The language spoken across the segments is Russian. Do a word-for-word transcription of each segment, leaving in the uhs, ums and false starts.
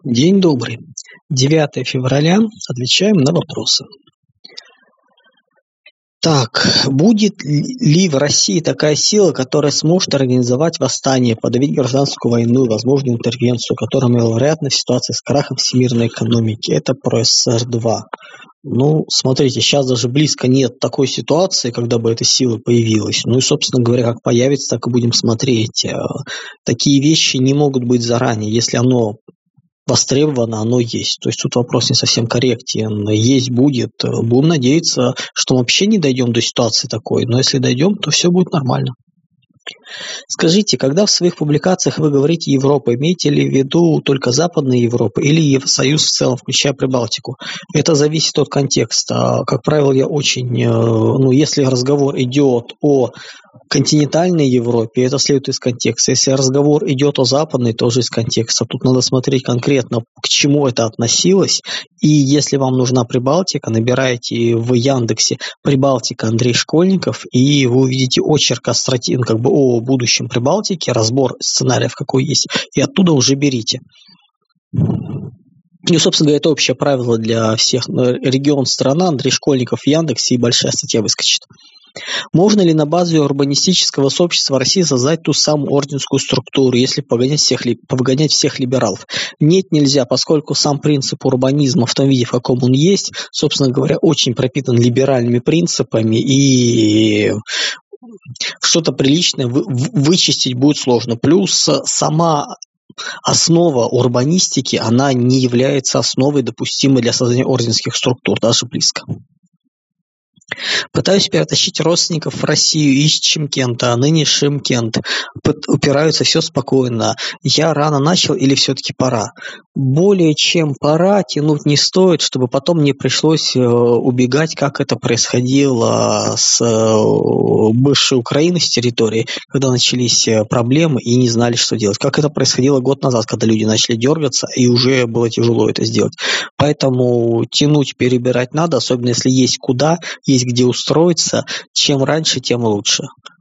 День добрый. девятое февраля. Отвечаем на вопросы. Так, будет ли в России такая сила, которая сможет организовать восстание, подавить гражданскую войну и возможную интервенцию, которая маловероятна в ситуации с крахом всемирной экономики? Это про эс эс эс эр два. Ну, смотрите, сейчас даже близко нет такой ситуации, когда бы эта сила появилась. Ну и, собственно говоря, как появится, так и будем смотреть. Такие вещи не могут быть заранее. Если оно востребовано, оно есть. То есть тут вопрос не совсем корректен. Есть будет. Будем надеяться, что вообще не дойдем до ситуации такой. Но если дойдем, то все будет нормально. Скажите, когда в своих публикациях вы говорите Европа, имеете ли в виду только Западная Европа или Евросоюз в целом, включая Прибалтику? Это зависит от контекста. Как правило, я очень, ну, если разговор идет о континентальной Европе, это следует из контекста. Если разговор идет о западной, тоже из контекста. Тут надо смотреть конкретно, к чему это относилось. И если вам нужна Прибалтика, набираете в Яндексе Прибалтика Андрей Школьников, и вы увидите очерк о, стратег... как бы, о будущем Прибалтики, разбор сценариев какой есть, и оттуда уже берите. И, собственно говоря, это общее правило для всех. Регион, страна, Андрей Школьников в Яндексе, и большая статья выскочит. Можно ли на базе урбанистического сообщества России создать ту самую орденскую структуру, если погонять всех, погонять всех либералов? Нет, нельзя, поскольку сам принцип урбанизма в том виде, в каком он есть, собственно говоря, очень пропитан либеральными принципами, и что-то приличное вы, вычистить будет сложно. Плюс сама основа урбанистики, она не является основой, допустимой для создания орденских структур, даже близко. Пытаюсь перетащить родственников в Россию из Чимкента, а ныне Шымкент. Упираются, все спокойно. Я рано начал или все-таки пора? Более чем пора, тянуть не стоит, чтобы потом не пришлось убегать, как это происходило с бывшей Украины, с территории, когда начались проблемы и не знали, что делать. Как это происходило год назад, когда люди начали дергаться, и уже было тяжело это сделать. Поэтому тянуть, перебирать надо, особенно если есть куда, есть где устроиться. Чем раньше, тем лучше.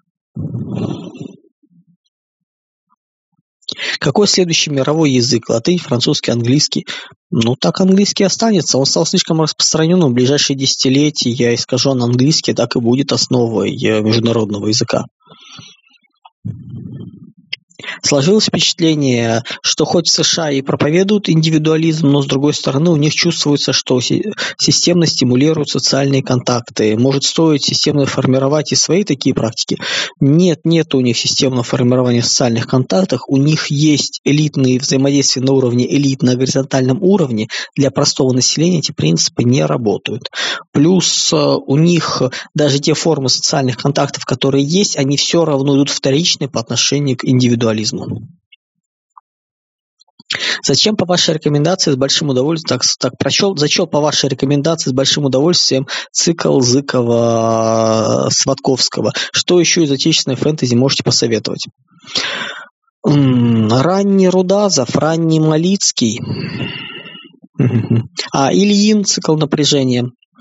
Какой следующий мировой язык? Латынь, французский, английский? Ну, так английский останется. Он стал слишком распространенным. В ближайшие десятилетия искажен английский, так и будет основой международного языка. Сложилось впечатление, что хоть в США и проповедуют индивидуализм, но с другой стороны у них чувствуется, что системно стимулируют социальные контакты. Может, стоит системно формировать и свои такие практики? Нет, нет у них системного формирования социальных контактов. У них есть элитные взаимодействия на уровне элит, на горизонтальном уровне. Для простого населения эти принципы не работают. Плюс у них даже те формы социальных контактов, которые есть, они все равно идут вторичны по отношению к индивидуализму. Зачем по вашей рекомендации с большим удовольствием, так, так прочел, зачел по вашей рекомендации с большим удовольствием цикл Зыкова, Сватковского? Что еще из отечественной фэнтези можете посоветовать? Ранний Рудазов, ранний Малицкий. А, Ильин, цикл напряжения.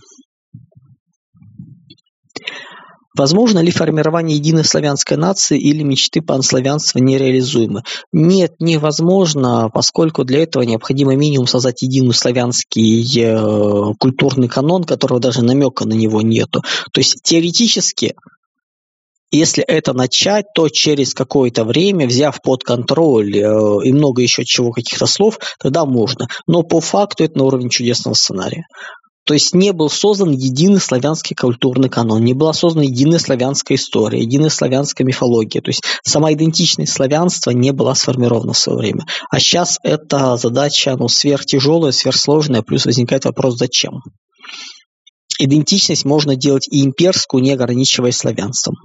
Возможно ли формирование единой славянской нации или мечты панславянства нереализуемы? Нет, невозможно, поскольку для этого необходимо минимум создать единый славянский э, культурный канон, которого даже намека на него нету. То есть теоретически, если это начать, то через какое-то время, взяв под контроль э, и много еще чего, каких-то слов, тогда можно. Но по факту это на уровне чудесного сценария. То есть не был создан единый славянский культурный канон, не была создана единая славянская история, единая славянская мифология. То есть сама идентичность славянства не была сформирована в свое время. А сейчас эта задача ну, сверхтяжелая, сверхсложная, плюс возникает вопрос «зачем?». Идентичность можно делать и имперскую, не ограничиваясь славянством.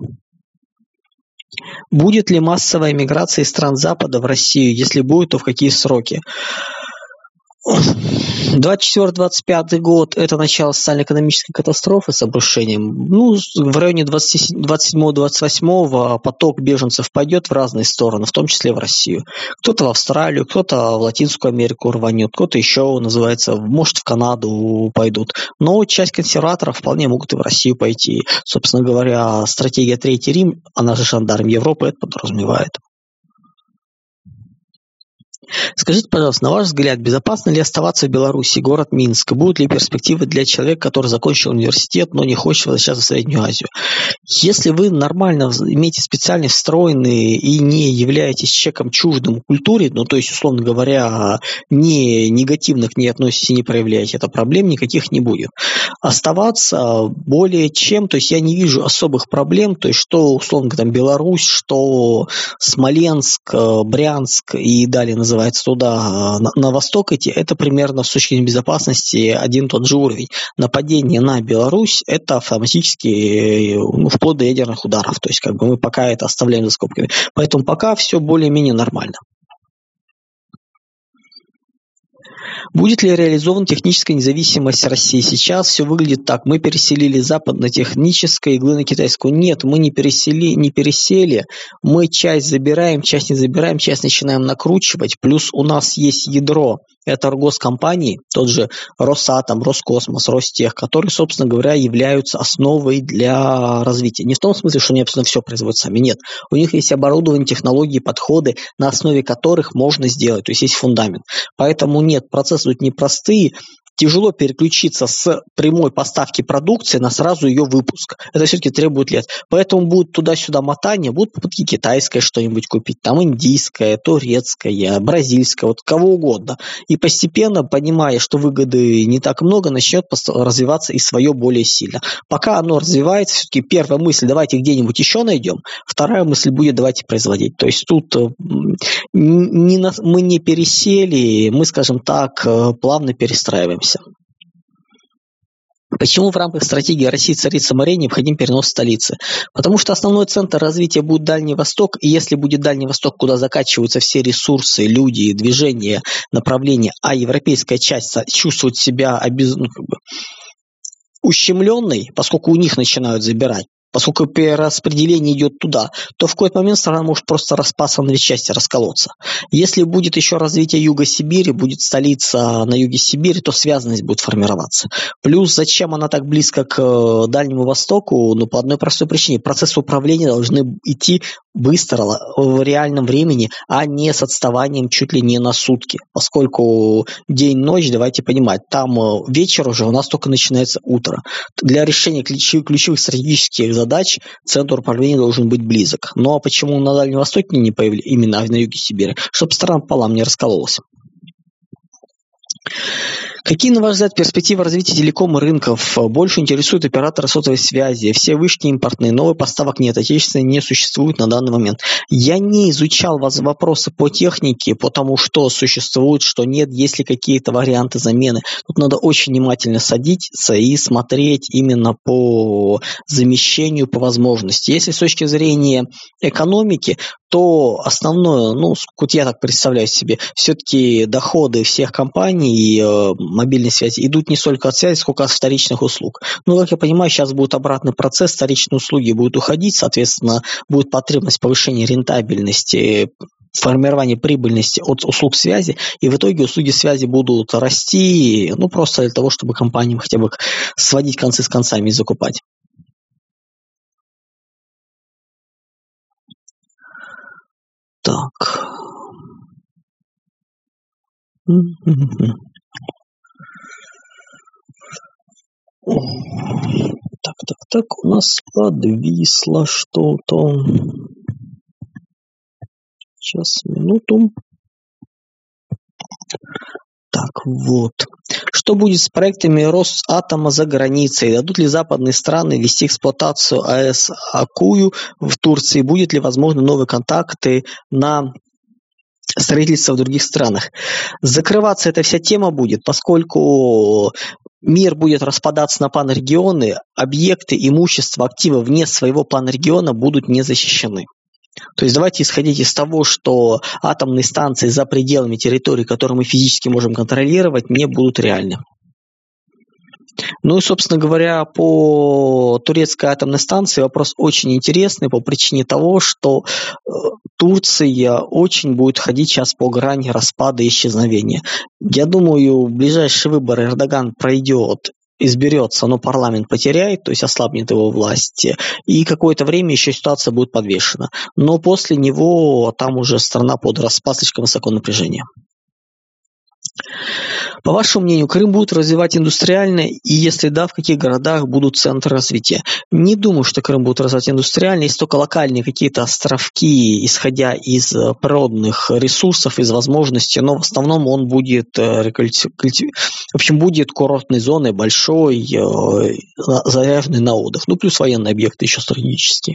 Будет ли массовая миграция из стран Запада в Россию? Если будет, то в какие сроки? двадцать четвёртый - двадцать пятый год – это начало социально-экономической катастрофы с обрушением. Ну, в районе двадцать седьмого - двадцать восьмого поток беженцев пойдет в разные стороны, в том числе в Россию. Кто-то в Австралию, кто-то в Латинскую Америку рванет, кто-то еще, называется, может, в Канаду пойдут. Но часть консерваторов вполне могут и в Россию пойти. Собственно говоря, стратегия Третий Рим, она же жандарм Европы, это подразумевает. Скажите, пожалуйста, на ваш взгляд, безопасно ли оставаться в Беларуси, город Минск? Будут ли перспективы для человека, который закончил университет, но не хочет возвращаться в Среднюю Азию? Если вы нормально имеете специально встроенные и не являетесь человеком чуждым культуре, ну, то есть, условно говоря, не негативно к ней относитесь и не проявляете, это проблем никаких не будет. Оставаться более чем, то есть я не вижу особых проблем, то есть что, условно говоря, там Беларусь, что Смоленск, Брянск и далее называется туда, на, на восток идти, это примерно с точки зрения безопасности один и тот же уровень. Нападение на Беларусь – это автоматически, ну, вплоть до ядерных ударов, то есть как бы мы пока это оставляем за скобками. Поэтому пока все более-менее нормально. Будет ли реализована техническая независимость России? Сейчас все выглядит так. Мы переселили западно-техническое иглы на китайскую. Нет, мы не пересели, не пересели. Мы часть забираем, часть не забираем, часть начинаем накручивать. Плюс у нас есть ядро. Это госкомпании, тот же Росатом, Роскосмос, Ростех, которые, собственно говоря, являются основой для развития. Не в том смысле, что они абсолютно все производят сами. Нет. У них есть оборудование, технологии, подходы, на основе которых можно сделать. То есть есть фундамент. Поэтому нет, процессы тут непростые. Тяжело переключиться с прямой поставки продукции на сразу ее выпуск. Это все-таки требует лет. Поэтому будут туда-сюда мотания, будут попытки китайское что-нибудь купить, там индийское, турецкое, бразильское, вот кого угодно. И постепенно, понимая, что выгоды не так много, начнет развиваться и свое более сильно. Пока оно развивается, все-таки первая мысль, давайте где-нибудь еще найдем, вторая мысль будет, давайте производить. То есть тут не на, мы не пересели, мы, скажем так, плавно перестраиваемся. Почему в рамках стратегии России царица морей необходим перенос столицы? Потому что основной центр развития будет Дальний Восток, и если будет Дальний Восток, куда закачиваются все ресурсы, люди, движения, направления, а европейская часть чувствует себя обез... ну, как бы ущемленной, поскольку у них начинают забирать, поскольку перераспределение идет туда, то в какой-то момент страна может просто распасться на две части, расколоться. Если будет еще развитие Юга Сибири, будет столица на юге Сибири, то связанность будет формироваться. Плюс зачем она так близко к Дальнему Востоку? Ну, по одной простой причине. Процессы управления должны идти быстро, в реальном времени, а не с отставанием чуть ли не на сутки. Поскольку день-ночь, давайте понимать, там вечер уже, у нас только начинается утро. Для решения ключевых стратегических задач центр управления должен быть близок. Ну а почему на Дальнем Востоке не появились, именно на юге Сибири? Чтобы страна пополам не раскололась. Какие, на ваш взгляд, перспективы развития телеком и рынков? Больше интересуют операторы сотовой связи. Все вышки импортные, новых поставок нет, отечественные не существует на данный момент. Я не изучал вас вопросы по технике, по тому, что существует, что нет, есть ли какие-то варианты замены. Тут надо очень внимательно садиться и смотреть именно по замещению, по возможности. Если с точки зрения экономики, то основное, ну, вот я так представляю себе, все-таки доходы всех компаний э, мобильной связи идут не столько от связи, сколько от вторичных услуг. Ну, как я понимаю, сейчас будет обратный процесс, вторичные услуги будут уходить, соответственно, будет потребность повышения рентабельности, формирование прибыльности от услуг связи, и в итоге услуги связи будут расти, ну, просто для того, чтобы компаниям хотя бы сводить концы с концами и закупать. Так. Так, так, так, у нас подвисло что-то. Сейчас, минуту. Так, вот. Что будет с проектами Росатома за границей? Дадут ли западные страны вести эксплуатацию АЭС Акую в Турции? Будет ли возможны новые контакты на строительство в других странах? Закрываться эта вся тема будет, поскольку мир будет распадаться на панрегионы, объекты, имущество, активы вне своего панрегиона будут не защищены. То есть давайте исходить из того, что атомные станции за пределами территории, которые мы физически можем контролировать, не будут реальны. Ну и, собственно говоря, по турецкой атомной станции вопрос очень интересный по причине того, что Турция очень будет ходить сейчас по грани распада и исчезновения. Я думаю, в ближайшие выборы Эрдоган пройдет изберется, но парламент потеряет, то есть ослабнет его власть, и какое-то время еще ситуация будет подвешена. Но после него там уже страна под распад, слишком высокое напряжение. По вашему мнению, Крым будут развивать индустриально, и если да, в каких городах будут центры развития? Не думаю, что Крым будут развивать индустриально, есть только локальные какие-то островки, исходя из природных ресурсов, из возможностей, но в основном он будет, в общем, будет курортной зоной, большой, заряженной на отдых, ну плюс военные объекты еще стратегические.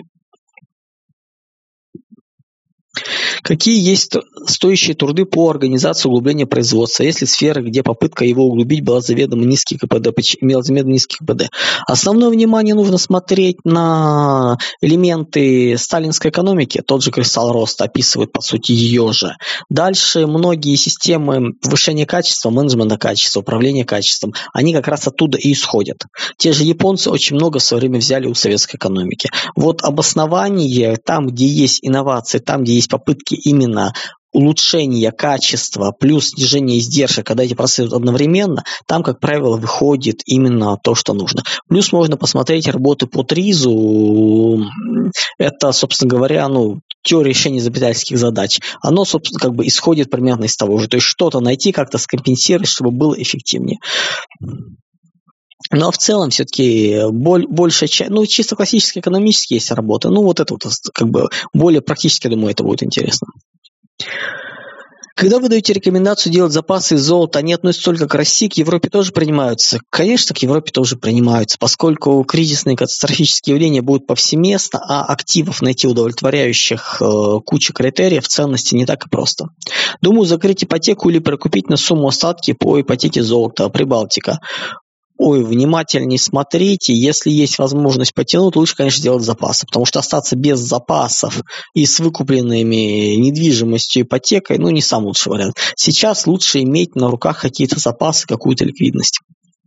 Какие есть стоящие труды по организации углубления производства? Есть ли сферы, где попытка его углубить была заведомо низкий КПД, имела заведомо низкий КПД? Основное внимание нужно смотреть на элементы сталинской экономики. Тот же кристалл роста описывает, по сути, ее же. Дальше многие системы повышения качества, менеджмента качества, управления качеством, они как раз оттуда и исходят. Те же японцы очень много в свое время взяли у советской экономики. Вот обоснование там, где есть инновации, там, где есть попытки именно улучшения качества плюс снижение издержек, когда эти процессы одновременно, там, как правило, выходит именно то, что нужно. Плюс можно посмотреть работы по ТРИЗу. Это, собственно говоря, ну, теория решения изобретательских задач. Оно, собственно, как бы исходит примерно из того же. То есть что-то найти, как-то скомпенсировать, чтобы было эффективнее. Но в целом все-таки большая часть, ну, чисто классические экономические есть работы, ну, вот это вот как бы более практически, я думаю, это будет интересно. Когда вы даете рекомендацию делать запасы из золота, они относятся только к России, к Европе тоже принимаются? Конечно, к Европе тоже принимаются, поскольку кризисные катастрофические явления будут повсеместно, а активов найти удовлетворяющих э, кучу критериев ценности не так и просто. Думаю, закрыть ипотеку или прикупить на сумму остатки по ипотеке золота, Прибалтика. Ой, внимательнее смотрите, если есть возможность потянуть, лучше, конечно, сделать запасы, потому что остаться без запасов и с выкупленными недвижимостью ипотекой, ну, не самый лучший вариант. Сейчас лучше иметь на руках какие-то запасы, какую-то ликвидность.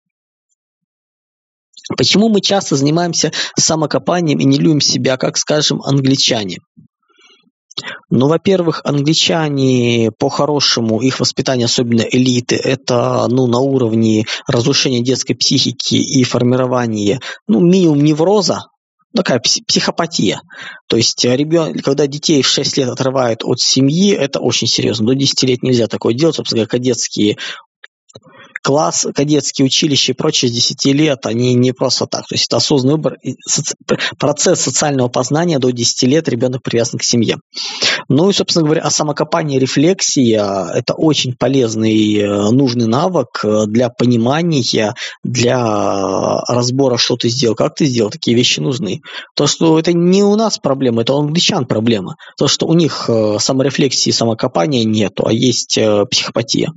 Почему мы часто занимаемся самокопанием и не любим себя, как, скажем, англичане? Ну, во-первых, англичане по-хорошему, их воспитание, особенно элиты, это ну, на уровне разрушения детской психики и формирования, ну, минимум невроза, такая психопатия. То есть, ребенок, когда детей в шесть лет отрывают от семьи, это очень серьезно. До десяти лет нельзя такое делать, собственно говоря, кадетские класс, кадетские училища и прочее с десяти лет, они не просто так. То есть это осознанный выбор, соци... процесс социального познания до десяти лет ребенок привязан к семье. Ну и, собственно говоря, а самокопание, рефлексия – это очень полезный, нужный навык для понимания, для разбора, что ты сделал, как ты сделал, такие вещи нужны. То, что это не у нас проблема, это у англичан проблема. То, что у них саморефлексии, самокопания нету, а есть психопатия.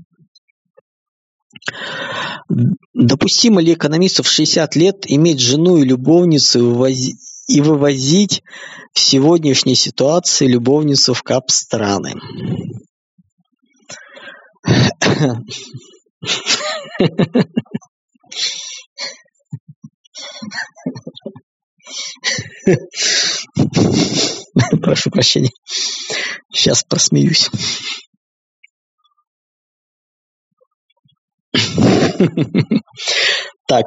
Допустимо ли экономисту в шестьдесят лет иметь жену и любовницу и вывозить, и вывозить в сегодняшней ситуации любовницу в кап-страны? Прошу прощения. Сейчас просмеюсь. Так.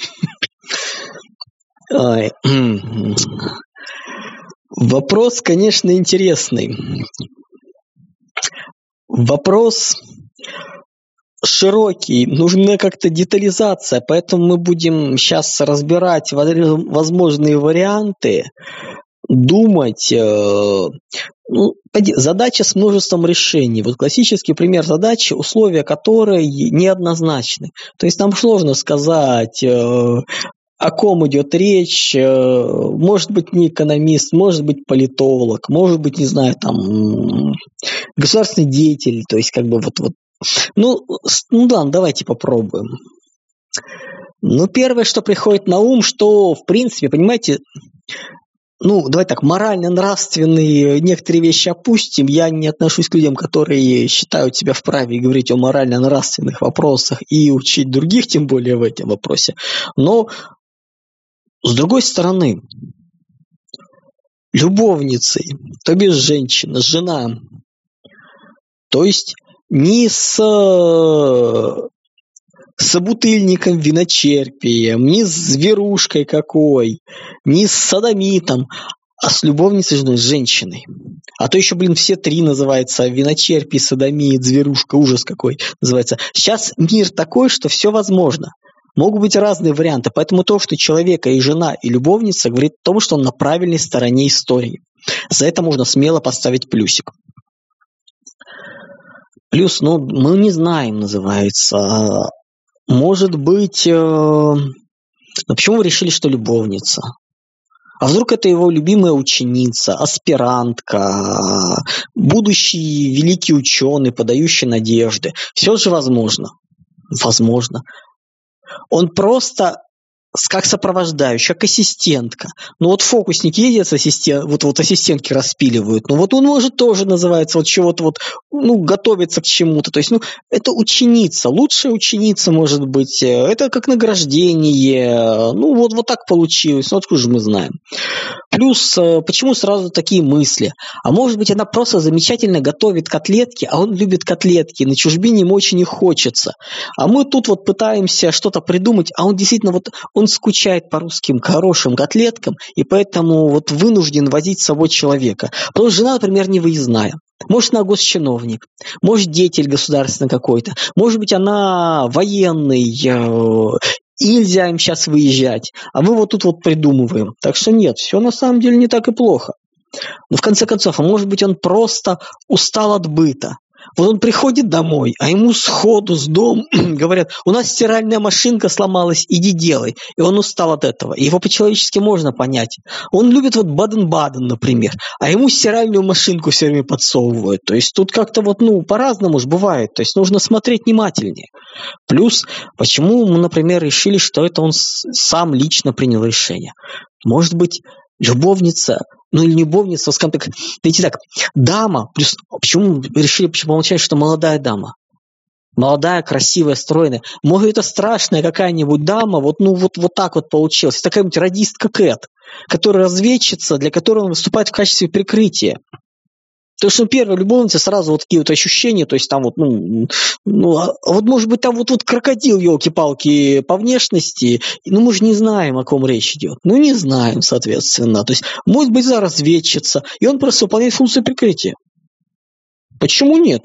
Вопрос, конечно, интересный. Вопрос широкий, нужна как-то детализация, поэтому мы будем сейчас разбирать возможные варианты, думать. Ну, задача с множеством решений. Вот классический пример задачи, условия которой неоднозначны. То есть нам сложно сказать, о ком идет речь. Может быть, не экономист, может быть, политолог, может быть, не знаю, там, государственный деятель. То есть, как бы вот, вот. Ну, ну ладно, давайте попробуем. Ну, первое, что приходит на ум, что, в принципе, понимаете, ну, давай так, морально-нравственные некоторые вещи опустим. Я не отношусь к людям, которые считают себя вправе говорить о морально-нравственных вопросах и учить других, тем более в этом вопросе. Но, с другой стороны, любовницей, то бишь женщина, жена, то есть не с собутыльником, виночерпием, ни с зверушкой какой, ни с содомитом, а с любовницей, женой, с женщиной. А то еще, блин, все три называются: виночерпий, содомит, зверушка, ужас какой называется. Сейчас мир такой, что все возможно. Могут быть разные варианты, поэтому то, что человека и жена, и любовница, говорит о том, что он на правильной стороне истории. За это можно смело поставить плюсик. Плюс, ну, мы не знаем, называется. Может быть, э... но почему вы решили, что любовница? А вдруг это его любимая ученица, аспирантка, будущий великий ученый, подающий надежды. Все же возможно. Возможно. Он просто как сопровождающий, как ассистентка. Ну вот фокусники ездят с ассистент, вот, вот ассистентки распиливают. Ну вот он может тоже называется вот чего-то вот, ну, готовиться к чему-то. То есть, ну, это ученица, лучшая ученица может быть. Это как награждение. Ну вот, вот так получилось. Ну откуда же мы знаем? Плюс, почему сразу такие мысли? А может быть, она просто замечательно готовит котлетки, а он любит котлетки, на чужбине ему очень не хочется. А мы тут вот пытаемся что-то придумать, а он действительно вот, он скучает по русским хорошим котлеткам, и поэтому вот вынужден возить с собой человека. Потому что жена, например, не выездная. Может, она госчиновник, может, деятель государственный какой-то, может быть, она военный, и нельзя им сейчас выезжать, а мы вот тут вот придумываем. Так что нет, все на самом деле не так и плохо. Но в конце концов, а может быть, он просто устал от быта. Вот он приходит домой, а ему сходу с дому говорят: у нас стиральная машинка сломалась, иди делай. И он устал от этого. Его по-человечески можно понять. Он любит вот Баден-Баден, например, а ему стиральную машинку все время подсовывают. То есть тут как-то вот, ну, по-разному же бывает. То есть нужно смотреть внимательнее. Плюс, почему мы, например, решили, что это он сам лично принял решение? Может быть, любовница, ну или не любовница, скажем так, видите так, дама, плюс, почему решили почему помолчать, что молодая дама? Молодая, красивая, стройная. Может, это страшная какая-нибудь дама, вот, ну, вот, вот так вот получилось. Такая-нибудь радистка Кэт, которая разведчица, для которой он выступает в качестве прикрытия. Потому что, ну, первая любовница, сразу вот такие вот ощущения, то есть там вот, ну, ну а вот может быть там вот, вот крокодил, елки-палки, по внешности, ну мы же не знаем, о ком речь идет. Ну не знаем, соответственно. То есть может быть за разведчица, и он просто выполняет функцию прикрытия. Почему нет?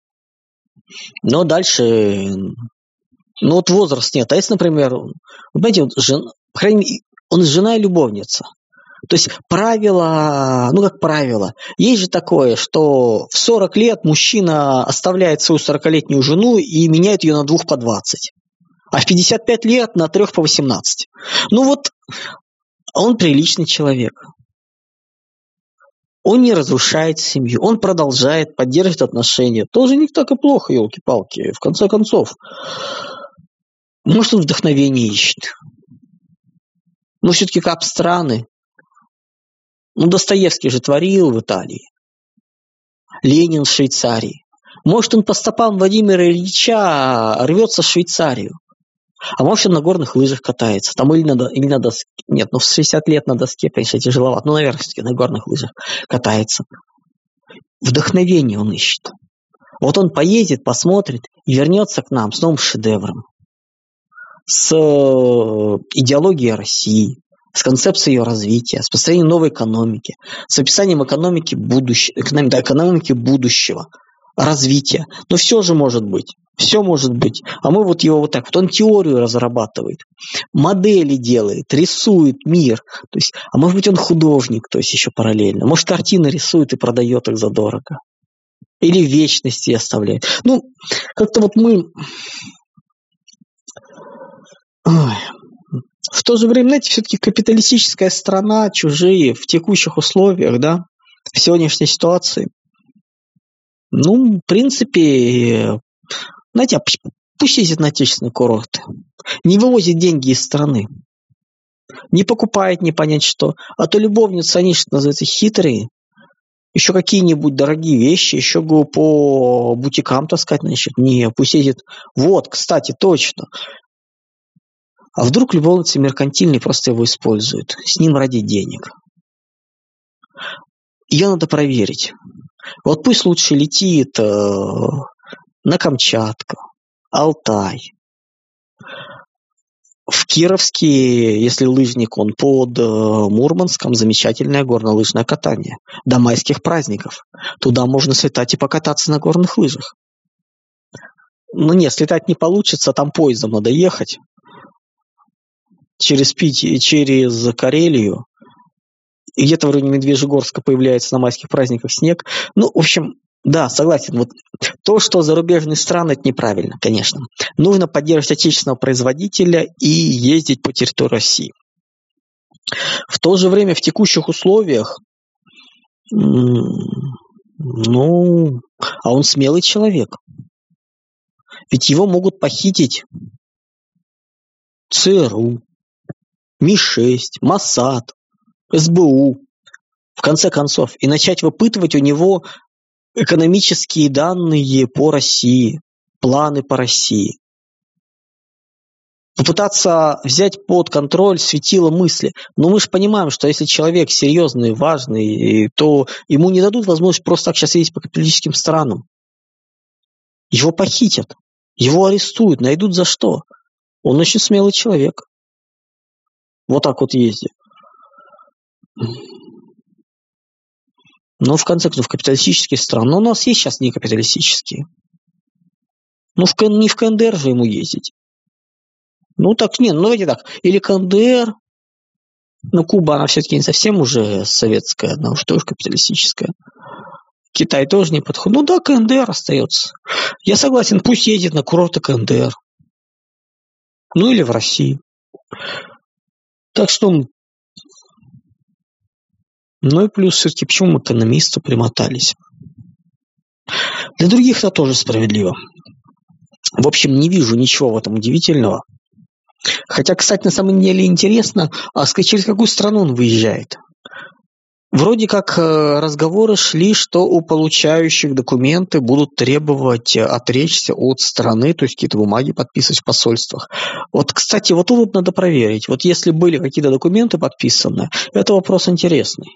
Но дальше, ну вот возраст нет. А если, например, вы понимаете, вот жена, по крайней мере, он жена и любовница. То есть правило, ну как правило, есть же такое, что в сорок лет мужчина оставляет свою сорокалетнюю жену и меняет ее на двух по двадцать, а в пятьдесят пять лет на трех по восемнадцать. Ну вот он приличный человек. Он не разрушает семью, он продолжает, поддерживает отношения. Тоже не так и плохо, елки-палки, в конце концов. Может, он вдохновение ищет. Но все-таки кап-страны. Ну, Достоевский же творил в Италии. Ленин в Швейцарии. Может, он по стопам Владимира Ильича рвется в Швейцарию. А может, он на горных лыжах катается. Там или на, или на доске. Нет, ну в шестьдесят лет на доске, конечно, тяжеловато. Ну, наверное, все-таки на горных лыжах катается. Вдохновение он ищет. Вот он поедет, посмотрит и вернется к нам с новым шедевром. С идеологией России. С концепцией ее развития, с построением новой экономики, с описанием экономики будущего, экономики, экономики будущего, развития. Но все же может быть. Все может быть. А мы вот его вот так вот. Он теорию разрабатывает, модели делает, рисует мир. То есть, а может быть, он художник, то есть еще параллельно. Может, картины рисует и продает их задорого. Или вечности оставляет. Ну, как-то вот мы... Ой... В то же время, знаете, все-таки капиталистическая страна, чужие, в текущих условиях, да, в сегодняшней ситуации. Ну, в принципе, знаете, пусть ездит на отечественные курорты. Не вывозит деньги из страны. Не покупает не понять что. А то любовницы, они, что называется, хитрые. Еще какие-нибудь дорогие вещи, еще по бутикам таскать начнет. Не, пусть ездит. Вот, кстати, точно. А вдруг любовницы меркантильные просто его используют, с ним ради денег. Ее надо проверить. Вот пусть лучше летит э, на Камчатку, Алтай, В Кировске, если лыжник, он под Мурманском, замечательное горнолыжное катание. До майских праздников. Туда можно слетать и покататься на горных лыжах. Ну нет, слетать не получится, там поездом надо ехать. Через Пить, через Карелию. И где-то в районе Медвежьегорска появляется на майских праздниках снег. Ну, в общем, да, согласен. Вот то, что зарубежные страны, это неправильно, конечно. Нужно поддерживать отечественного производителя и ездить по территории России. В то же время в текущих условиях, ну, а он смелый человек. Ведь его могут похитить ЦРУ, Ми шесть, Моссад, СБУ, в конце концов, и начать выпытывать у него экономические данные по России, планы по России. Попытаться взять под контроль светило мысли. Но мы же понимаем, что если человек серьезный, важный, то ему не дадут возможность просто так сейчас ездить по капиталистическим странам. Его похитят, его арестуют, найдут за что. Он очень смелый человек. Вот так вот ездит. Но в конце концов, капиталистические страны. Но у нас есть сейчас не капиталистические. Ну, в, не в КНДР же ему ездить. Ну, так, нет, ну, давайте так. Или КНДР, но Куба, она все-таки не совсем уже советская, она уже тоже капиталистическая. Китай тоже не подходит. Ну, да, КНДР остается. Я согласен, пусть ездит на курорты КНДР. Ну, или в России. Так что... Ну, и плюс все-таки, почему мы к экономисту примотались? Для других это тоже справедливо. В общем, не вижу ничего в этом удивительного. Хотя, кстати, на самом деле интересно, а через какую страну он выезжает? Вроде как разговоры шли, что у получающих документы будут требовать отречься от страны, то есть какие-то бумаги подписывать в посольствах. Вот, кстати, вот тут надо проверить. Вот если были какие-то документы подписаны, это вопрос интересный.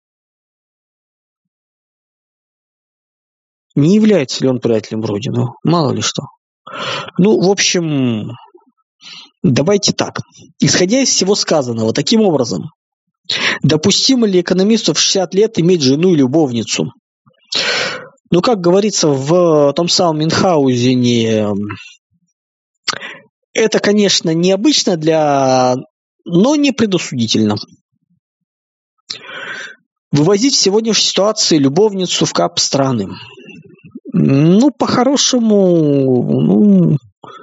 Не является ли он предателем Родины? Мало ли что. Ну, в общем, давайте так. Исходя из всего сказанного, таким образом, допустимо ли экономисту в шестьдесят лет иметь жену и любовницу? Ну, как говорится в том самом Мюнхгаузене, это, конечно, необычно для... но не предосудительно. Вывозить в сегодняшней ситуации любовницу в кап-страны. Ну, по-хорошему, ну,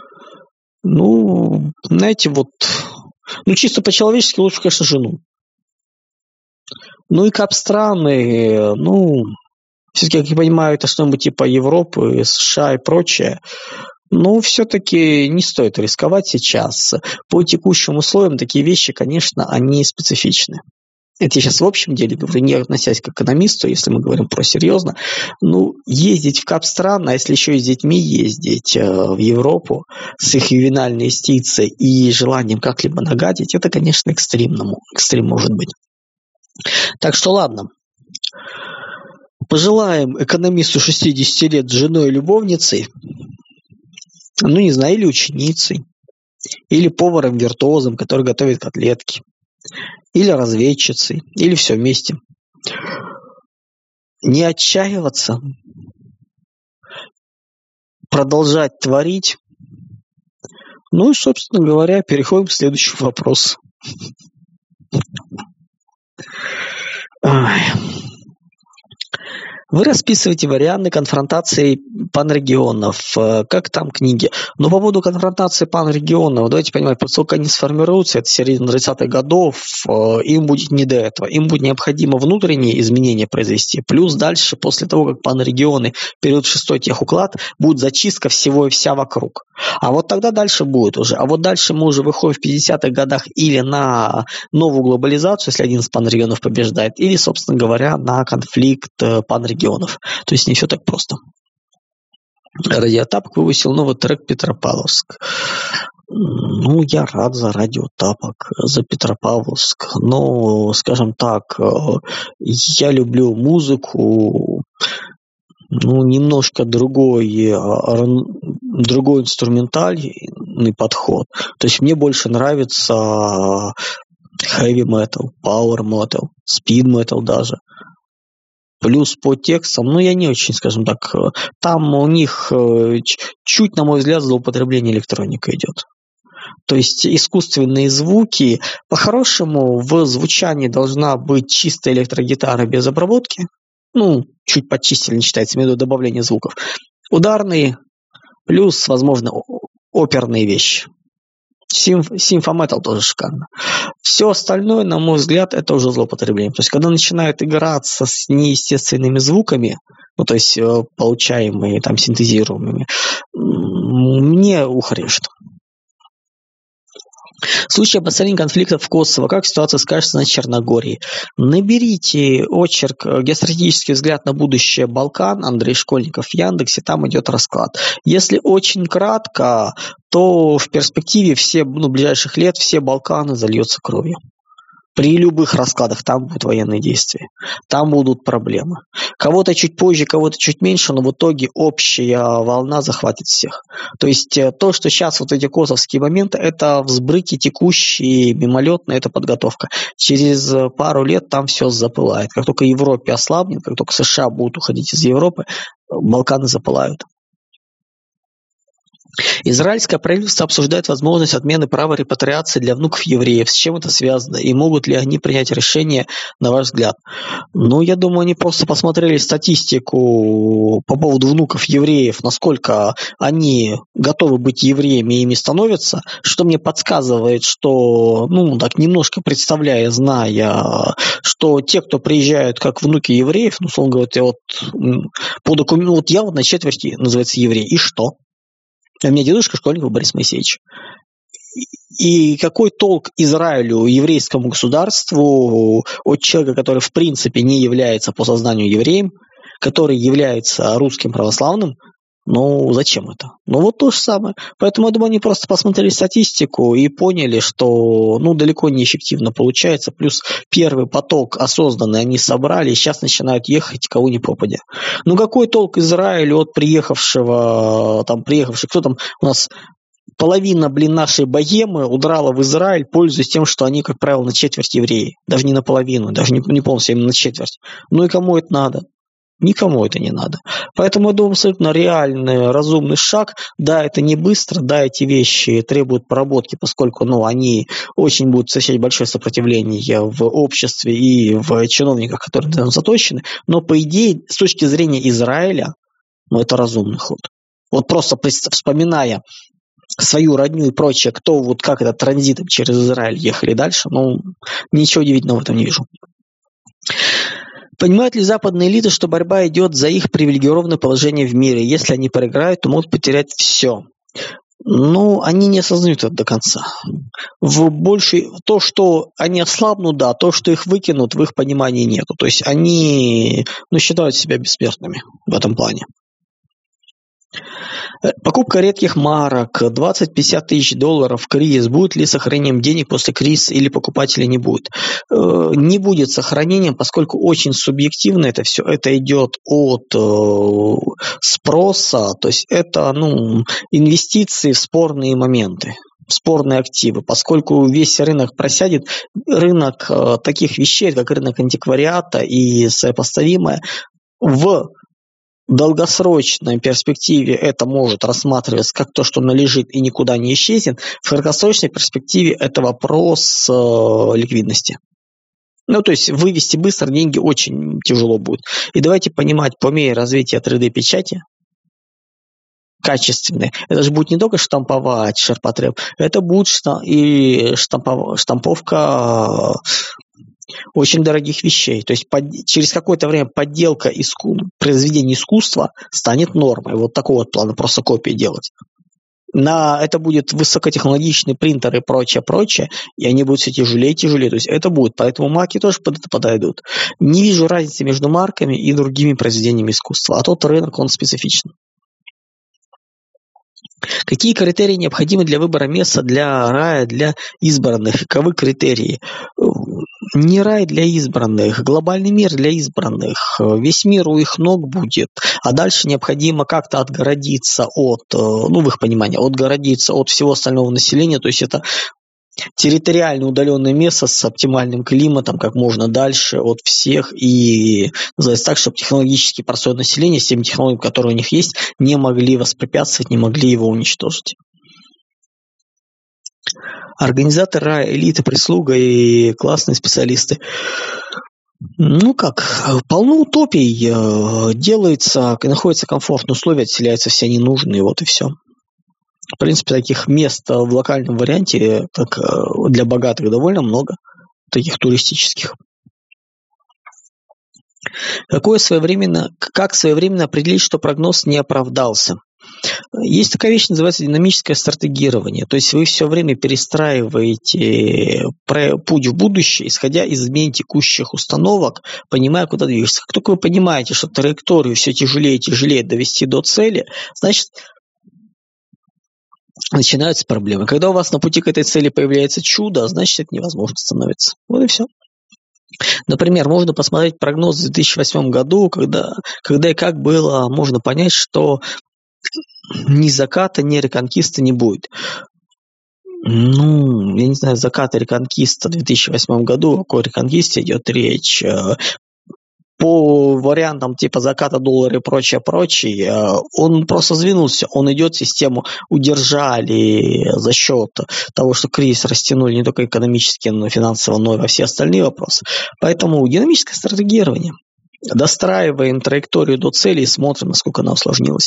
ну, знаете, вот, ну, чисто по-человечески лучше, конечно, жену. Ну, и кап-страны, ну, все-таки, как я понимаю, это что-нибудь типа Европы, США и прочее. Но все-таки не стоит рисковать сейчас. По текущим условиям такие вещи, конечно, они специфичны. Это я сейчас в общем деле говорю, не относясь к экономисту, если мы говорим про серьезно. Ну, ездить в кап-страны, а если еще и с детьми ездить в Европу с их ювенальной юстицией и желанием как-либо нагадить, это, конечно, экстремному, экстрем может быть. Так что ладно. Пожелаем экономисту шестидесяти лет с женой и любовницей, ну, не знаю, или ученицей, или поваром-виртуозом, который готовит котлетки, или разведчицей, или все вместе. Не отчаиваться, продолжать творить. Ну и, собственно говоря, переходим к следующему вопросу. Ой. Вы расписываете варианты конфронтации панрегионов. Как там книги? Но по поводу конфронтации панрегионов, давайте понимать, поскольку они сформируются, это середина тридцатых годов, им будет не до этого. Им будет необходимо внутренние изменения произвести. Плюс дальше, после того, как панрегионы перейдут в шестой техуклад, будет зачистка всего и вся вокруг. А вот тогда дальше будет уже. А вот дальше мы уже выходим в пятидесятых годах или на новую глобализацию, если один из панрегионов побеждает, или, собственно говоря, на конфликт панрегионов. То есть не все так просто. Радиотапок выпустил новый трек «Петропавловск». Ну, я рад за Радиотапок, за Петропавловск. Но, скажем так, я люблю музыку, ну, немножко другой, другой инструменталь, подход. То есть мне больше нравится heavy metal, power metal, speed metal даже. Плюс по текстам, ну, я не очень, скажем так, там у них чуть, на мой взгляд, злоупотребление электроникой идет. То есть искусственные звуки, по-хорошему, в звучании должна быть чистая электрогитара без обработки. Ну, чуть подчистили, не считается, имею в виду добавление звуков. Ударные, плюс, возможно, оперные вещи. Симфометал тоже шикарно. Все остальное, на мой взгляд, это уже злоупотребление. То есть, когда начинают играться с неестественными звуками, ну, то есть, получаемыми, там, синтезируемыми, мне ухо режет. В случае обострения конфликтов в Косово, как ситуация скажется на Черногории? Наберите очерк «Геостратегический взгляд на будущее Балкан» Андрей Школьников в Яндексе, там идет расклад. Если очень кратко, то в перспективе все, ну, ближайших лет все Балканы зальются кровью. При любых раскладах там будут военные действия, там будут проблемы. Кого-то чуть позже, кого-то чуть меньше, но в итоге общая волна захватит всех. То есть то, что сейчас вот эти косовские моменты, это взбрыки текущие, мимолетные, это подготовка. Через пару лет там все запылает. Как только Европе ослабнет, как только США будут уходить из Европы, Балканы запылают. Израильское правительство обсуждает возможность отмены права репатриации для внуков евреев. С чем это связано? И могут ли они принять решение, на ваш взгляд? Ну, я думаю, они просто посмотрели статистику по поводу внуков евреев, насколько они готовы быть евреями и ими становятся, что мне подсказывает, что, ну, так немножко представляя, зная, что те, кто приезжают как внуки евреев, ну, условно говоря, вот, по документу, вот я вот на четверти называется еврей, и что? У меня дедушка Школьников Борис Моисеевич. И какой толк Израилю, еврейскому государству, от человека, который в принципе не является по сознанию евреем, который является русским православным? Ну, зачем это? Ну, вот то же самое. Поэтому, я думаю, они просто посмотрели статистику и поняли, что, ну, далеко не эффективно получается. Плюс первый поток осознанный они собрали, и сейчас начинают ехать кого ни попадя. Ну, какой толк Израилю от приехавшего, там, приехавших, кто там у нас... Половина, блин, нашей богемы удрала в Израиль, пользуясь тем, что они, как правило, на четверть евреи. Даже не на половину, даже не, не полностью, а именно на четверть. Ну и кому это надо? Никому это не надо. Поэтому, я думаю, абсолютно реальный, разумный шаг. Да, это не быстро, да, эти вещи требуют проработки, поскольку, ну, они очень будут встречать большое сопротивление в обществе и в чиновниках, которые там заточены. Но, по идее, с точки зрения Израиля, ну, это разумный ход. Вот просто вспоминая свою родню и прочее, кто вот как это транзитом через Израиль ехали дальше, ну, ничего удивительного в этом не вижу. Понимают ли западные элиты, что борьба идет за их привилегированное положение в мире? Если они проиграют, то могут потерять все. Ну, они не осознают это до конца. В большей... То, что они ослабнут, да, то, что их выкинут, в их понимании нету. То есть они, ну, считают себя бессмертными в этом плане. Покупка редких марок двадцать-пятьдесят тысяч долларов в кризис. Будет ли сохранением денег после кризиса или покупателя не будет? Не будет сохранением, поскольку очень субъективно это все. Это идет от спроса, то есть это, ну, инвестиции в спорные моменты, в спорные активы. Поскольку весь рынок просядет, рынок таких вещей, как рынок антиквариата и сопоставимое, в долгосрочной перспективе это может рассматриваться как то, что належит и никуда не исчезнет. В краткосрочной перспективе это вопрос э, ликвидности. Ну, то есть вывести быстро деньги очень тяжело будет. И давайте понимать, по мере развития три дэ-печати, качественные, это же будет не только штамповать ширпотреб, это будет и штампов, штамповка очень дорогих вещей. То есть под, через какое-то время подделка иску, произведения искусства станет нормой. Вот такого вот плана, просто копии делать. На, это будет высокотехнологичный принтер и прочее, прочее, и они будут все тяжелее и тяжелее. То есть это будет. Поэтому марки тоже под это подойдут. Не вижу разницы между марками и другими произведениями искусства. А тот рынок, он специфичен. Какие критерии необходимы для выбора места для рая, для избранных? Каковы критерии? не рай для избранных, глобальный мир для избранных. Весь мир у их ног будет, а дальше необходимо как-то отгородиться от, ну, в их понимании, отгородиться от всего остального населения, то есть это территориально удаленное место с оптимальным климатом, как можно дальше от всех, и называется так, чтобы технологически простое население с теми технологиями, которые у них есть, не могли воспрепятствовать, не могли его уничтожить. Организаторы рая, элита, прислуга и классные специалисты. Ну как, полно утопий, делается, находятся комфортные условия, отселяются все ненужные, вот и все. В принципе, таких мест в локальном варианте, как для богатых, довольно много, таких туристических. Какое своевременно, как своевременно определить, что прогноз не оправдался? Есть такая вещь, называется динамическое стратегирование. То есть вы все время перестраиваете путь в будущее, исходя из изменений текущих установок, понимая, куда движется. Как только вы понимаете, что траекторию все тяжелее и тяжелее довести до цели, значит, начинаются проблемы. Когда у вас на пути к этой цели появляется чудо, значит, это невозможно становится. Вот и все. Например, можно посмотреть прогноз в две тысячи восьмом году, когда, когда и как было, можно понять, что ни заката, ни реконкиста не будет. Ну, я не знаю, заката, реконкиста в две тысячи восьмом году, о какой реконкисте идет речь. По вариантам типа заката доллара и прочее, прочее, он просто сдвинулся, он идет, систему удержали за счет того, что кризис растянули не только экономически, но и финансово, но и во все остальные вопросы. Поэтому динамическое стратегирование. Достраиваем траекторию до цели и смотрим, насколько она усложнилась.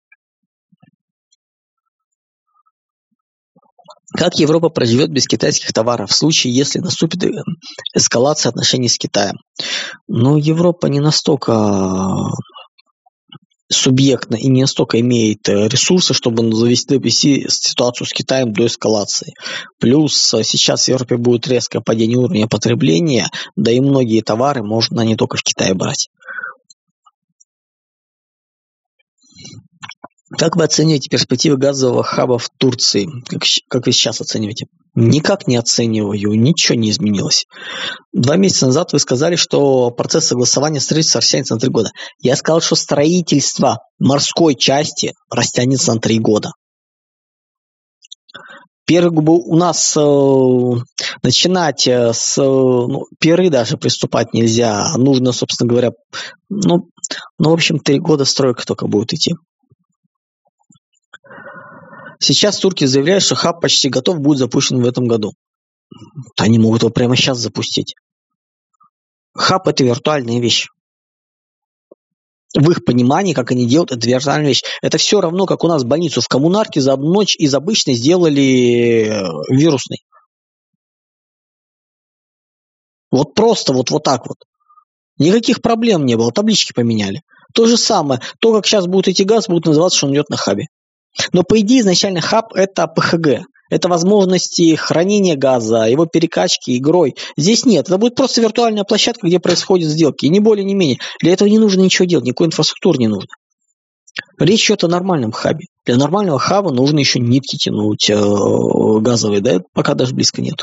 Как Европа проживет без китайских товаров в случае, если наступит эскалация отношений с Китаем? Но Европа не настолько субъектна и не настолько имеет ресурсы, чтобы довести ситуацию с Китаем до эскалации. Плюс сейчас в Европе будет резкое падение уровня потребления, да и многие товары можно не только в Китае брать. Как вы оцениваете перспективы газового хаба в Турции? Как, как вы сейчас оцениваете? Никак не оцениваю, ничего не изменилось. Два месяца назад вы сказали, что процесс согласования строительства растянется на три года. Я сказал, что строительство морской части растянется на три года. Первый у нас э, начинать с ну, пиры даже приступать нельзя. Нужно, собственно говоря, ну, ну в общем, три года стройка только будет идти. Сейчас турки заявляют, что хаб почти готов, будет запущен в этом году. Они могут его прямо сейчас запустить. Хаб – это виртуальная вещь. В их понимании, как они делают, это виртуальная вещь. Это все равно, как у нас больницу в коммунарке за одну ночь из обычной сделали вирусной. Вот просто вот, вот так вот. Никаких проблем не было, таблички поменяли. То же самое. То, как сейчас будет идти газ, будет называться, что он идет на хабе. Но по идее изначально хаб – это пэ ха гэ. Это возможности хранения газа, его перекачки игрой. Здесь нет. Это будет просто виртуальная площадка, где происходят сделки. И ни более, ни менее. Для этого не нужно ничего делать, никакой инфраструктуры не нужно. Речь идет о нормальном хабе. Для нормального хаба нужно еще нитки тянуть э, газовые. Да, пока даже близко нету.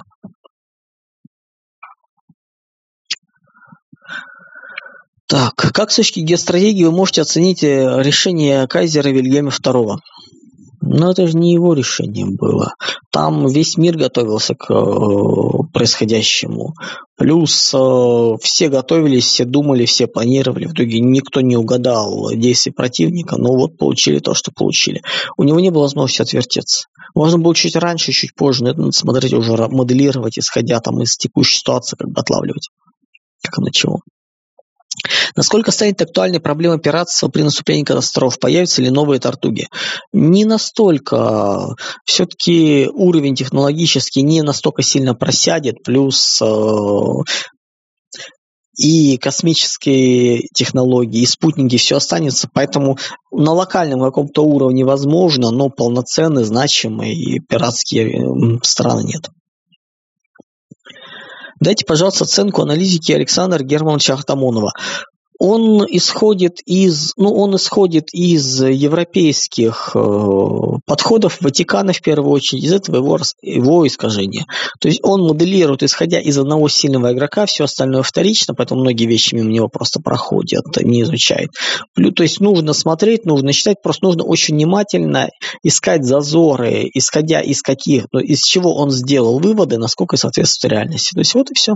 Так, как с точки геостратегии вы можете оценить решение кайзера Вильгельма второго? Но это же не его решение было. Там весь мир готовился к э, происходящему. Плюс э, все готовились, все думали, все планировали. В итоге никто не угадал действий противника, но вот получили то, что получили. У него не было возможности отвертеться. Можно было чуть раньше, чуть позже, но это надо смотреть уже, моделировать, исходя там из текущей ситуации, как бы отлавливать. Как оно чего. Насколько станет актуальной проблема пиратства при наступлении катастроф? Появятся ли новые тортуги? Не настолько. Все-таки уровень технологический не настолько сильно просядет, плюс э, и космические технологии, и спутники, все останется. Поэтому на локальном каком-то уровне возможно, но полноценные, значимые пиратские страны нет. Дайте, пожалуйста, оценку аналитики Александра Германовича Ахтамонова. Он исходит из, ну, он исходит из европейских э, подходов Ватикана, в первую очередь, из этого его, его искажения. То есть он моделирует, исходя из одного сильного игрока, все остальное вторично, поэтому многие вещи мимо него просто проходят, не изучает. То есть нужно смотреть, нужно считать, просто нужно очень внимательно искать зазоры, исходя из каких, ну, из чего он сделал выводы, насколько соответствует реальности. То есть вот и все.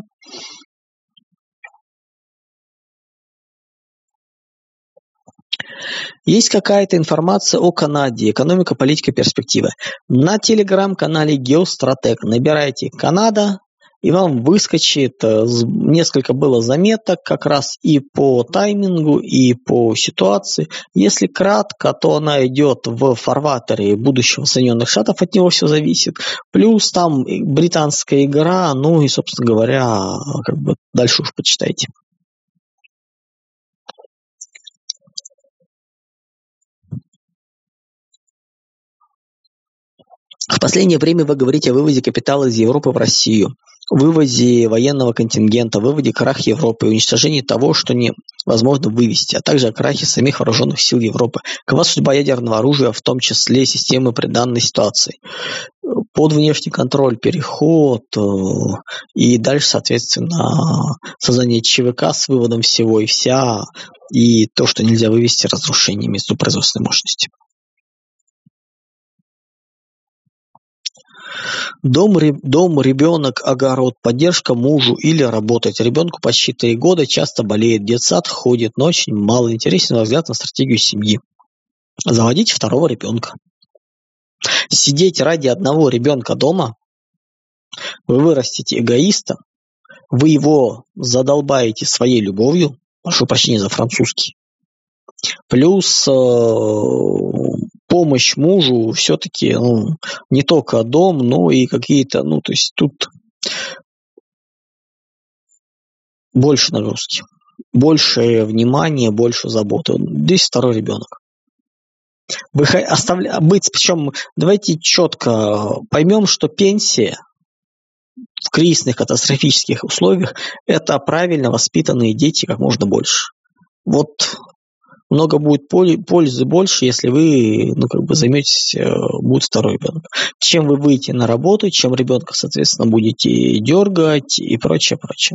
Есть какая-то информация о Канаде, экономика, политика, перспективы. На телеграм-канале Геостратег набирайте «Канада», и вам выскочит, несколько было заметок как раз и по таймингу, и по ситуации. Если кратко, то она идет в фарватере будущего Соединенных Штатов, от него все зависит. Плюс там британская игра, ну и, собственно говоря, как бы дальше уж почитайте. В последнее время вы говорите о вывозе капитала из Европы в Россию, вывозе военного контингента, выводе крах Европы, уничтожении того, что невозможно вывести, а также о крахе самих вооруженных сил Европы. Какова судьба ядерного оружия, в том числе системы при данной ситуации? Под внешний контроль, переход и дальше, соответственно, создание ЧВК с выводом всего и вся, и то, что нельзя вывести, разрушение между производственной мощности. Дом, дом, ребенок, огород, поддержка мужу или работать. Ребенку почти три года, часто болеет, детсад ходит, но очень мало интересен взгляд на стратегию семьи. Заводите второго ребенка. Сидеть ради одного ребенка дома, вы вырастите эгоиста, вы его задолбаете своей любовью, прошу прощения за французский, плюс помощь мужу все-таки, ну, не только дом, но и какие-то, ну, то есть тут больше нагрузки, больше внимания, больше заботы. Здесь второй ребенок. Вы оставля... быть, причем давайте четко поймем, что пенсия в кризисных катастрофических условиях – это правильно воспитанные дети как можно больше. Вот много будет пользы больше, если вы, ну, как бы займетесь, будет второй ребенок. Чем вы выйдете на работу, чем ребенка, соответственно, будете дергать и прочее, прочее.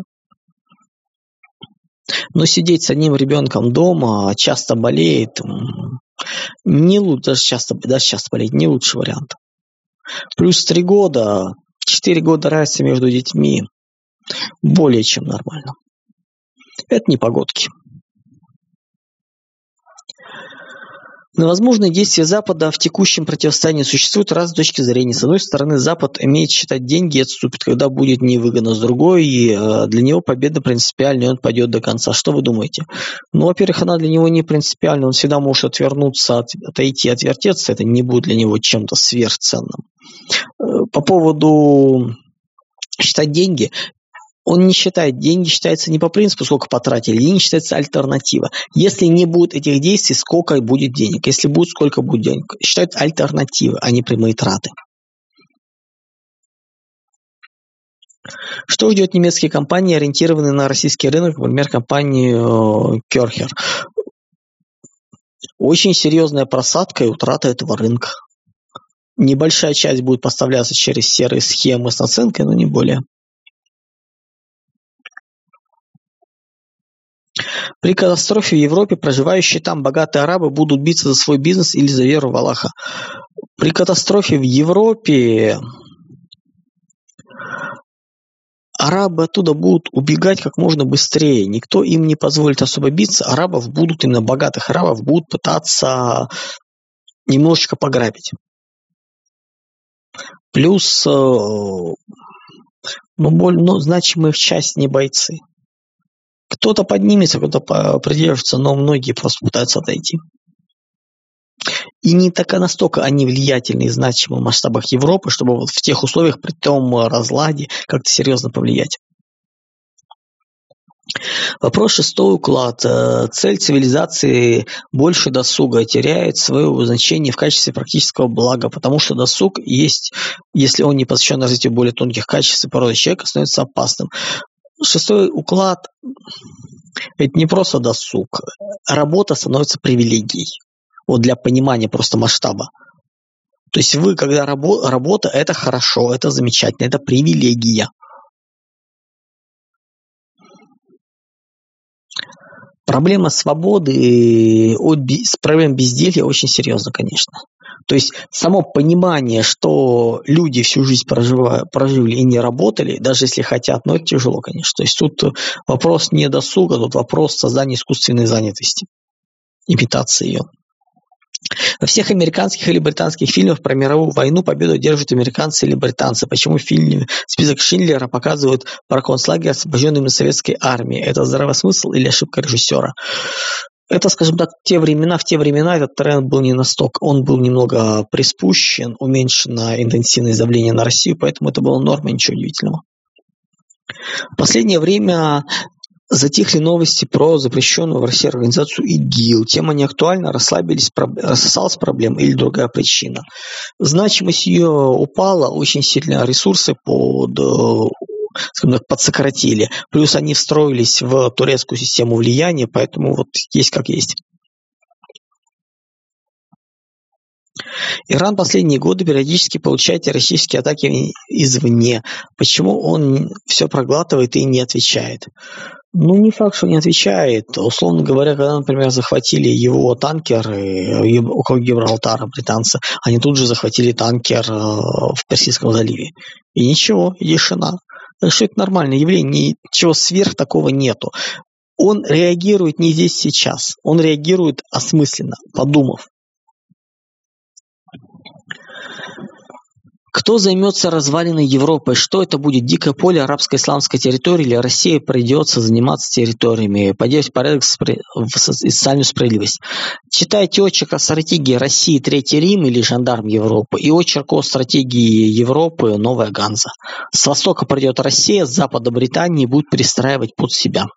Но сидеть с одним ребенком дома, часто болеет, не лучше, даже часто, даже часто болеет, не лучший вариант. Плюс три года, четыре года разницы между детьми более чем нормально. Это не погодки. На возможные действия Запада в текущем противостоянии существуют разные точки зрения. С одной стороны, Запад умеет считать деньги и отступит, когда будет невыгодно. С другой, для него победа принципиальная, и он пойдет до конца. Что вы думаете? Ну, во-первых, она для него не принципиальна. Он всегда может отвернуться, от, отойти, отвертеться. Это не будет для него чем-то сверхценным. По поводу считать деньги. Он не считает, деньги считаются не по принципу, сколько потратили, деньги считается альтернатива. Если не будет этих действий, сколько будет денег. Если будет, сколько будет денег. Считают альтернативы, а не прямые траты. Что ждет немецкие компании, ориентированные на российский рынок, например, компанию Керхер? Очень серьезная просадка и утрата этого рынка. Небольшая часть будет поставляться через серые схемы с наценкой, но не более. При катастрофе в Европе проживающие там богатые арабы будут биться за свой бизнес или за веру в Аллаха. При катастрофе в Европе арабы оттуда будут убегать как можно быстрее. Никто им не позволит особо биться. Арабов будут, именно богатых арабов, будут пытаться немножечко пограбить. Плюс, ну, более, ну, значимая их часть не бойцы. Кто-то поднимется, кто-то придержится, но многие просто пытаются отойти. И не так настолько они влиятельны и значимы в масштабах Европы, чтобы вот в тех условиях, при том разладе, как-то серьезно повлиять. Вопрос шестой уклад. Цель цивилизации больше досуга теряет свое значение в качестве практического блага, потому что досуг есть, если он не посвящен развитию более тонких качеств и породы человека, становится опасным. Шестой уклад Это не просто досуг. Работа становится привилегией. Вот для понимания просто масштаба. То есть вы, когда рабо- работа, это хорошо, это замечательно, это привилегия. Проблема свободы, от, проблема безделья очень серьезна, конечно. То есть само понимание, что люди всю жизнь проживали, прожили и не работали, даже если хотят, но это тяжело, конечно. То есть тут вопрос не досуга, тут вопрос создания искусственной занятости, имитации ее. Во всех американских или британских фильмах про мировую войну победу одерживают американцы или британцы. Почему в фильме «Список Шиндлера» показывают про концлагерь, освобожденный на советской армии? Это здравый смысл или ошибка режиссера? Это, скажем так, те времена, в те времена этот тренд был не настолько, он был немного приспущен, уменьшена интенсивность давления на Россию, поэтому это было нормой, ничего удивительного. В последнее время затихли новости про запрещенную в России организацию ИГИЛ. Тема не актуальна, расслабились, рассосалась проблема или другая причина. Значимость ее упала очень сильно, ресурсы под, скажем так, подсократили. Плюс они встроились в турецкую систему влияния, поэтому вот есть как есть. Иран последние годы периодически получает террористические атаки извне. Почему он все проглатывает и не отвечает? Ну, не факт, что не отвечает. Условно говоря, когда, например, захватили его танкеры около Гибралтара, британцы, они тут же захватили танкер в Персидском заливе. И ничего, и тишина. Так что это нормальное явление, ничего сверх такого нету. Он реагирует не здесь сейчас, он реагирует осмысленно, подумав. Кто займется развалиной Европы? Что это будет? Дикое поле арабской исламской территории или Россия придется заниматься территориями, поддерживать порядок и социальную справедливость? Читайте очерк о стратегии России Третий Рим или Жандарм Европы и очерк о стратегии Европы Новая Ганза. С востока придет Россия, с запада Британии будут перестраивать под себя.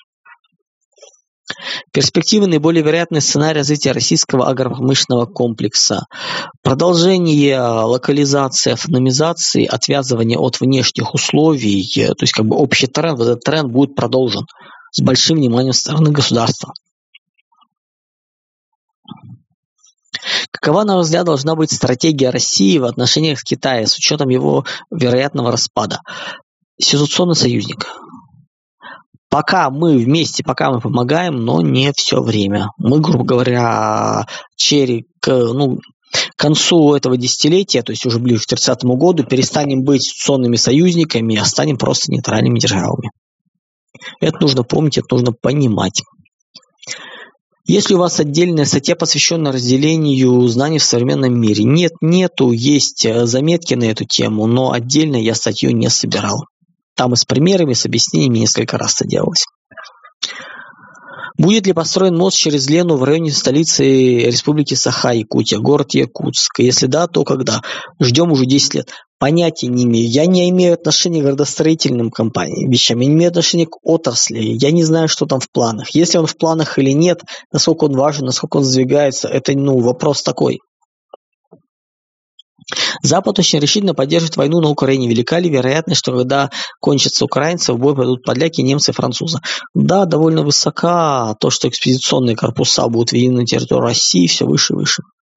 Перспективы наиболее вероятный сценарий развития российского агропромышленного комплекса. Продолжение локализации, автономизации, отвязывание от внешних условий, то есть как бы общий тренд, этот тренд будет продолжен с большим вниманием со стороны государства. Какова, на ваш взгляд, должна быть стратегия России в отношениях с Китаем с учетом его вероятного распада? Ситуационный союзник. Пока мы вместе, пока мы помогаем, но не все время. Мы, грубо говоря, черри, к, ну, к концу этого десятилетия, то есть уже ближе к тридцатому году, перестанем быть ситуационными союзниками, а станем просто нейтральными державами. Это нужно помнить, это нужно понимать. Есть ли у вас отдельная статья, посвященная разделению знаний в современном мире? Нет, нету, есть заметки на эту тему, но отдельно я статью не собирал. Там и с примерами, с объяснениями несколько раз это делалось. Будет ли построен мост через Лену в районе столицы Республики Саха-Якутия, город Якутск? Если да, то когда? Ждем уже десять лет. Понятия не имею. Я не имею отношения к градостроительным компаниям, вещам. Я не имею отношения к отрасли. Я не знаю, что там в планах. Если он в планах или нет, насколько он важен, насколько он сдвигается, это ну, вопрос такой. Запад очень решительно поддерживает войну на Украине. Велика ли вероятность, что когда кончатся украинцы, в бой пойдут поляки, немцы и французы? Да, довольно высока. То, что экспедиционные корпуса будут введены на территорию России, все выше и выше.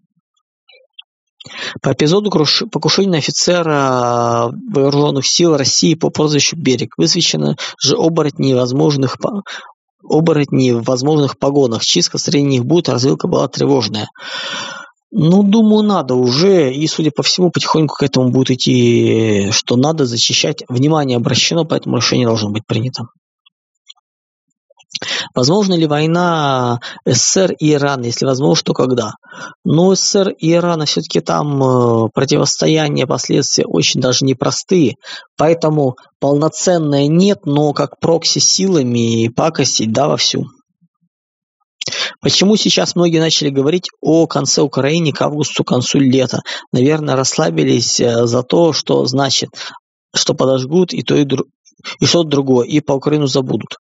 По эпизоду покушения на офицера вооруженных сил России по прозвищу Берег высвечено же оборотни возможных оборотни в возможных погонах. Чистка среди них будет, развилка была тревожная. Ну, думаю, надо уже, и, судя по всему, потихоньку к этому будет идти, что надо защищать. Внимание обращено, поэтому решение должно быть принято. Возможно ли война СССР и Ирана? Если возможно, то когда? Но СССР и Ирана все-таки там противостояние, последствия очень даже непростые, поэтому полноценное нет, но как прокси силами пакостить, да, вовсю. Почему сейчас многие начали говорить о конце Украины к августу, к концу лета? Наверное, расслабились за то, что значит, что подожгут и то, и, дру... и что-то другое, и по Украину забудут.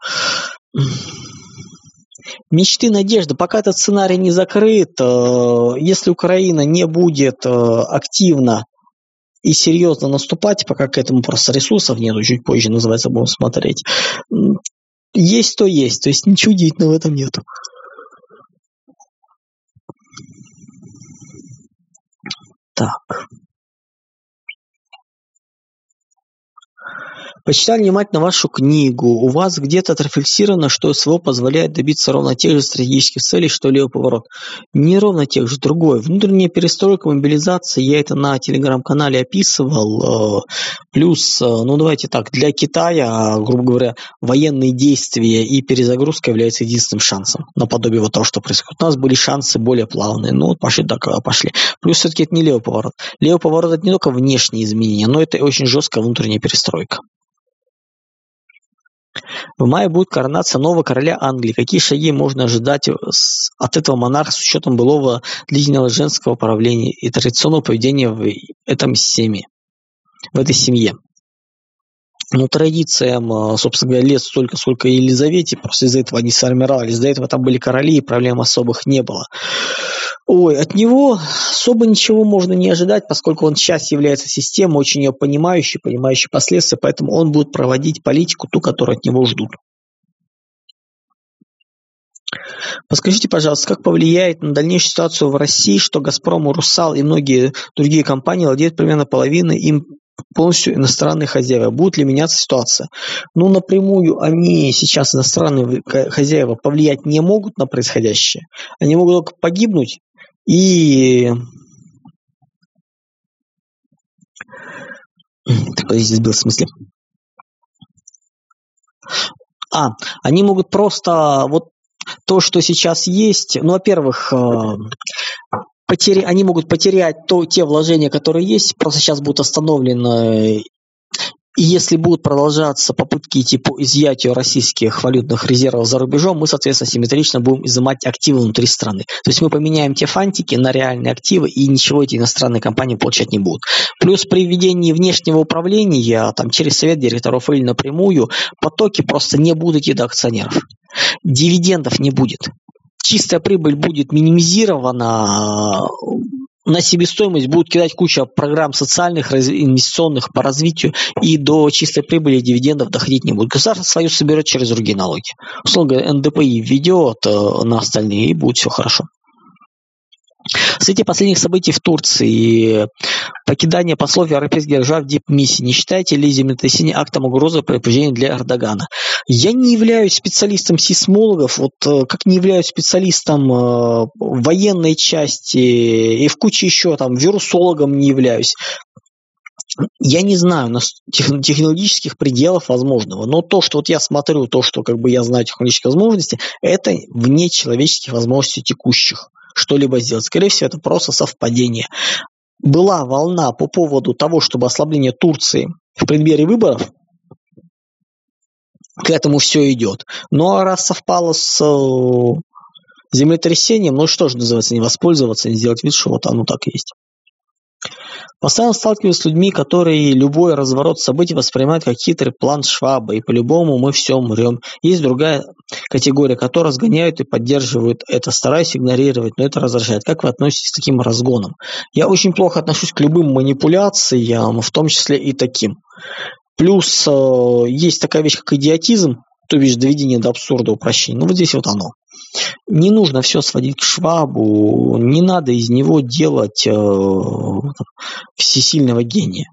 Мечты, надежды. Пока этот сценарий не закрыт, если Украина не будет активно и серьезно наступать, пока к этому просто ресурсов нету, чуть позже, называется, будем смотреть, есть, то есть. То есть ничего удивительного в этом нету. Так. Почитали внимательно вашу книгу. У вас где-то отрефлексировано, что СВО позволяет добиться ровно тех же стратегических целей, что левый поворот. Не ровно тех же, другой. Внутренняя перестройка, мобилизация, я это на телеграм-канале описывал. Плюс, ну давайте так, для Китая, грубо говоря, военные действия и перезагрузка являются единственным шансом. Наподобие вот того, что происходит. У нас были шансы более плавные. Ну вот пошли так, пошли. Плюс все-таки это не левый поворот. Левый поворот это не только внешние изменения, но это очень жесткая внутренняя перестройка. В мае будет коронация нового короля Англии. Какие шаги можно ожидать от этого монарха с учетом былого длительного женского правления и традиционного поведения в этом семье, в этой семье? Ну, традициям, собственно говоря, лет столько, сколько и Елизавете, просто из-за этого они сформировались. До этого там были короли, и проблем особых не было. Ой, от него особо ничего можно не ожидать, поскольку он сейчас является системой, очень ее понимающей, понимающей последствия, поэтому он будет проводить политику, ту, которую от него ждут. Подскажите, пожалуйста, как повлияет на дальнейшую ситуацию в России, что «Газпром», «Русал» и многие другие компании владеют примерно половиной им полностью иностранные хозяева. Будет ли меняться ситуация? Ну, напрямую они сейчас, иностранные хозяева, повлиять не могут на происходящее. Они могут только погибнуть и... Так, подождите, сбил в смысле. А, они могут просто... Вот то, что сейчас есть... Ну, во-первых... Потери... Они могут потерять то, те вложения, которые есть, просто сейчас будут остановлены. И если будут продолжаться попытки идти по изъятию российских валютных резервов за рубежом, мы, соответственно, симметрично будем изымать активы внутри страны. То есть мы поменяем те фантики на реальные активы, и ничего эти иностранные компании получать не будут. Плюс при введении внешнего управления, там, через совет директоров или напрямую, потоки просто не будут идти до акционеров. Дивидендов не будет. Чистая прибыль будет минимизирована, на себестоимость будут кидать куча программ социальных, инвестиционных по развитию, и до чистой прибыли и дивидендов доходить не будет. Государство свою соберет через другие налоги. Условно говоря, эн дэ пэ и введет на остальные, и будет все хорошо. В свете последних событий в Турции, покидание послов европейских держав в дипмиссии, не считаете ли землетрясение актом угрозы предупреждения для Эрдогана? Я не являюсь специалистом сейсмологов, вот как не являюсь специалистом э, военной части и в куче еще там вирусологом не являюсь. Я не знаю на технологических пределов возможного, но то, что вот я смотрю, то, что как бы я знаю технологические возможности, это вне человеческих возможностей текущих что-либо сделать. Скорее всего, это просто совпадение. Была волна по поводу того, чтобы ослабление Турции в преддверии выборов, к этому все идет. Ну, а раз совпало с землетрясением, ну что же называется, не воспользоваться, не сделать вид, что вот оно так и есть. Постоянно сталкиваюсь с людьми, которые любой разворот событий воспринимают как хитрый план Шваба, и по-любому мы все умрем. Есть другая категория, которая разгоняют и поддерживают это, стараюсь игнорировать, но это раздражает. Как вы относитесь к таким разгонам? Я очень плохо отношусь к любым манипуляциям, в том числе и таким. Плюс э, есть такая вещь, как идиотизм, то бишь доведение до абсурда упрощения. Ну вот здесь вот оно. Не нужно все сводить к Швабу, не надо из него делать э, всесильного гения.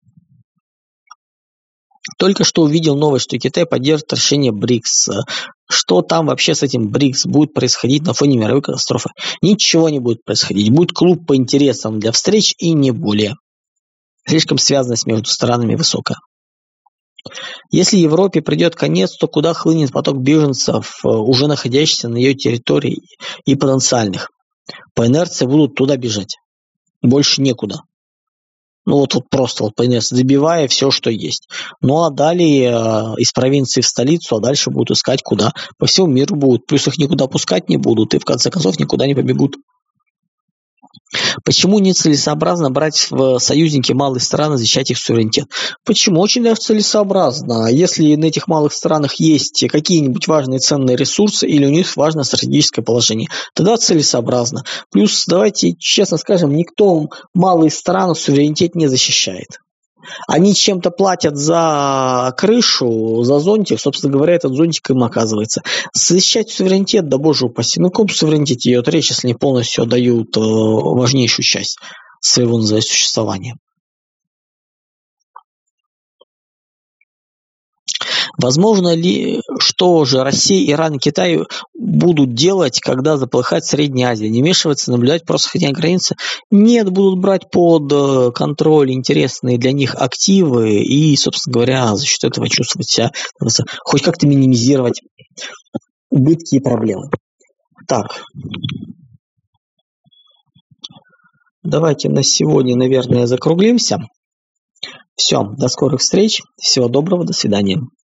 Только что увидел новость, что Китай поддержит решение БРИКС. Что там вообще с этим БРИКС будет происходить на фоне мировой катастрофы? Ничего не будет происходить. Будет клуб по интересам для встреч и не более. Слишком связанность между странами высокая. Если Европе придет конец, то куда хлынет поток беженцев, уже находящихся на ее территории и потенциальных? По инерции будут туда бежать. Больше некуда. Ну вот, вот просто вот по инерции, добивая все, что есть. Ну а далее э, из провинции в столицу, а дальше будут искать куда. По всему миру будут. Плюс их никуда пускать не будут, и в конце концов никуда не побегут. Почему нецелесообразно брать в союзники малые страны, защищать их суверенитет? Почему? Очень даже целесообразно. Если на этих малых странах есть какие-нибудь важные ценные ресурсы или у них важное стратегическое положение, тогда целесообразно. Плюс, давайте честно скажем, никто малые страны суверенитет не защищает. Они чем-то платят за крышу, за зонтик, собственно говоря, этот зонтик им оказывается. Защищать суверенитет, да боже упаси, ну каком суверенитете идет речь, если они полностью отдают э, важнейшую часть своего, называется, существования. Возможно ли, что же Россия, Иран и Китай будут делать, когда заполыхает Средняя Азия? Не вмешиваться, наблюдать, просто ходя границы? Нет, будут брать под контроль интересные для них активы и, собственно говоря, за счет этого чувствовать себя, хоть как-то минимизировать убытки и проблемы. Так, давайте на сегодня, наверное, закруглимся. Все, до скорых встреч, всего доброго, до свидания.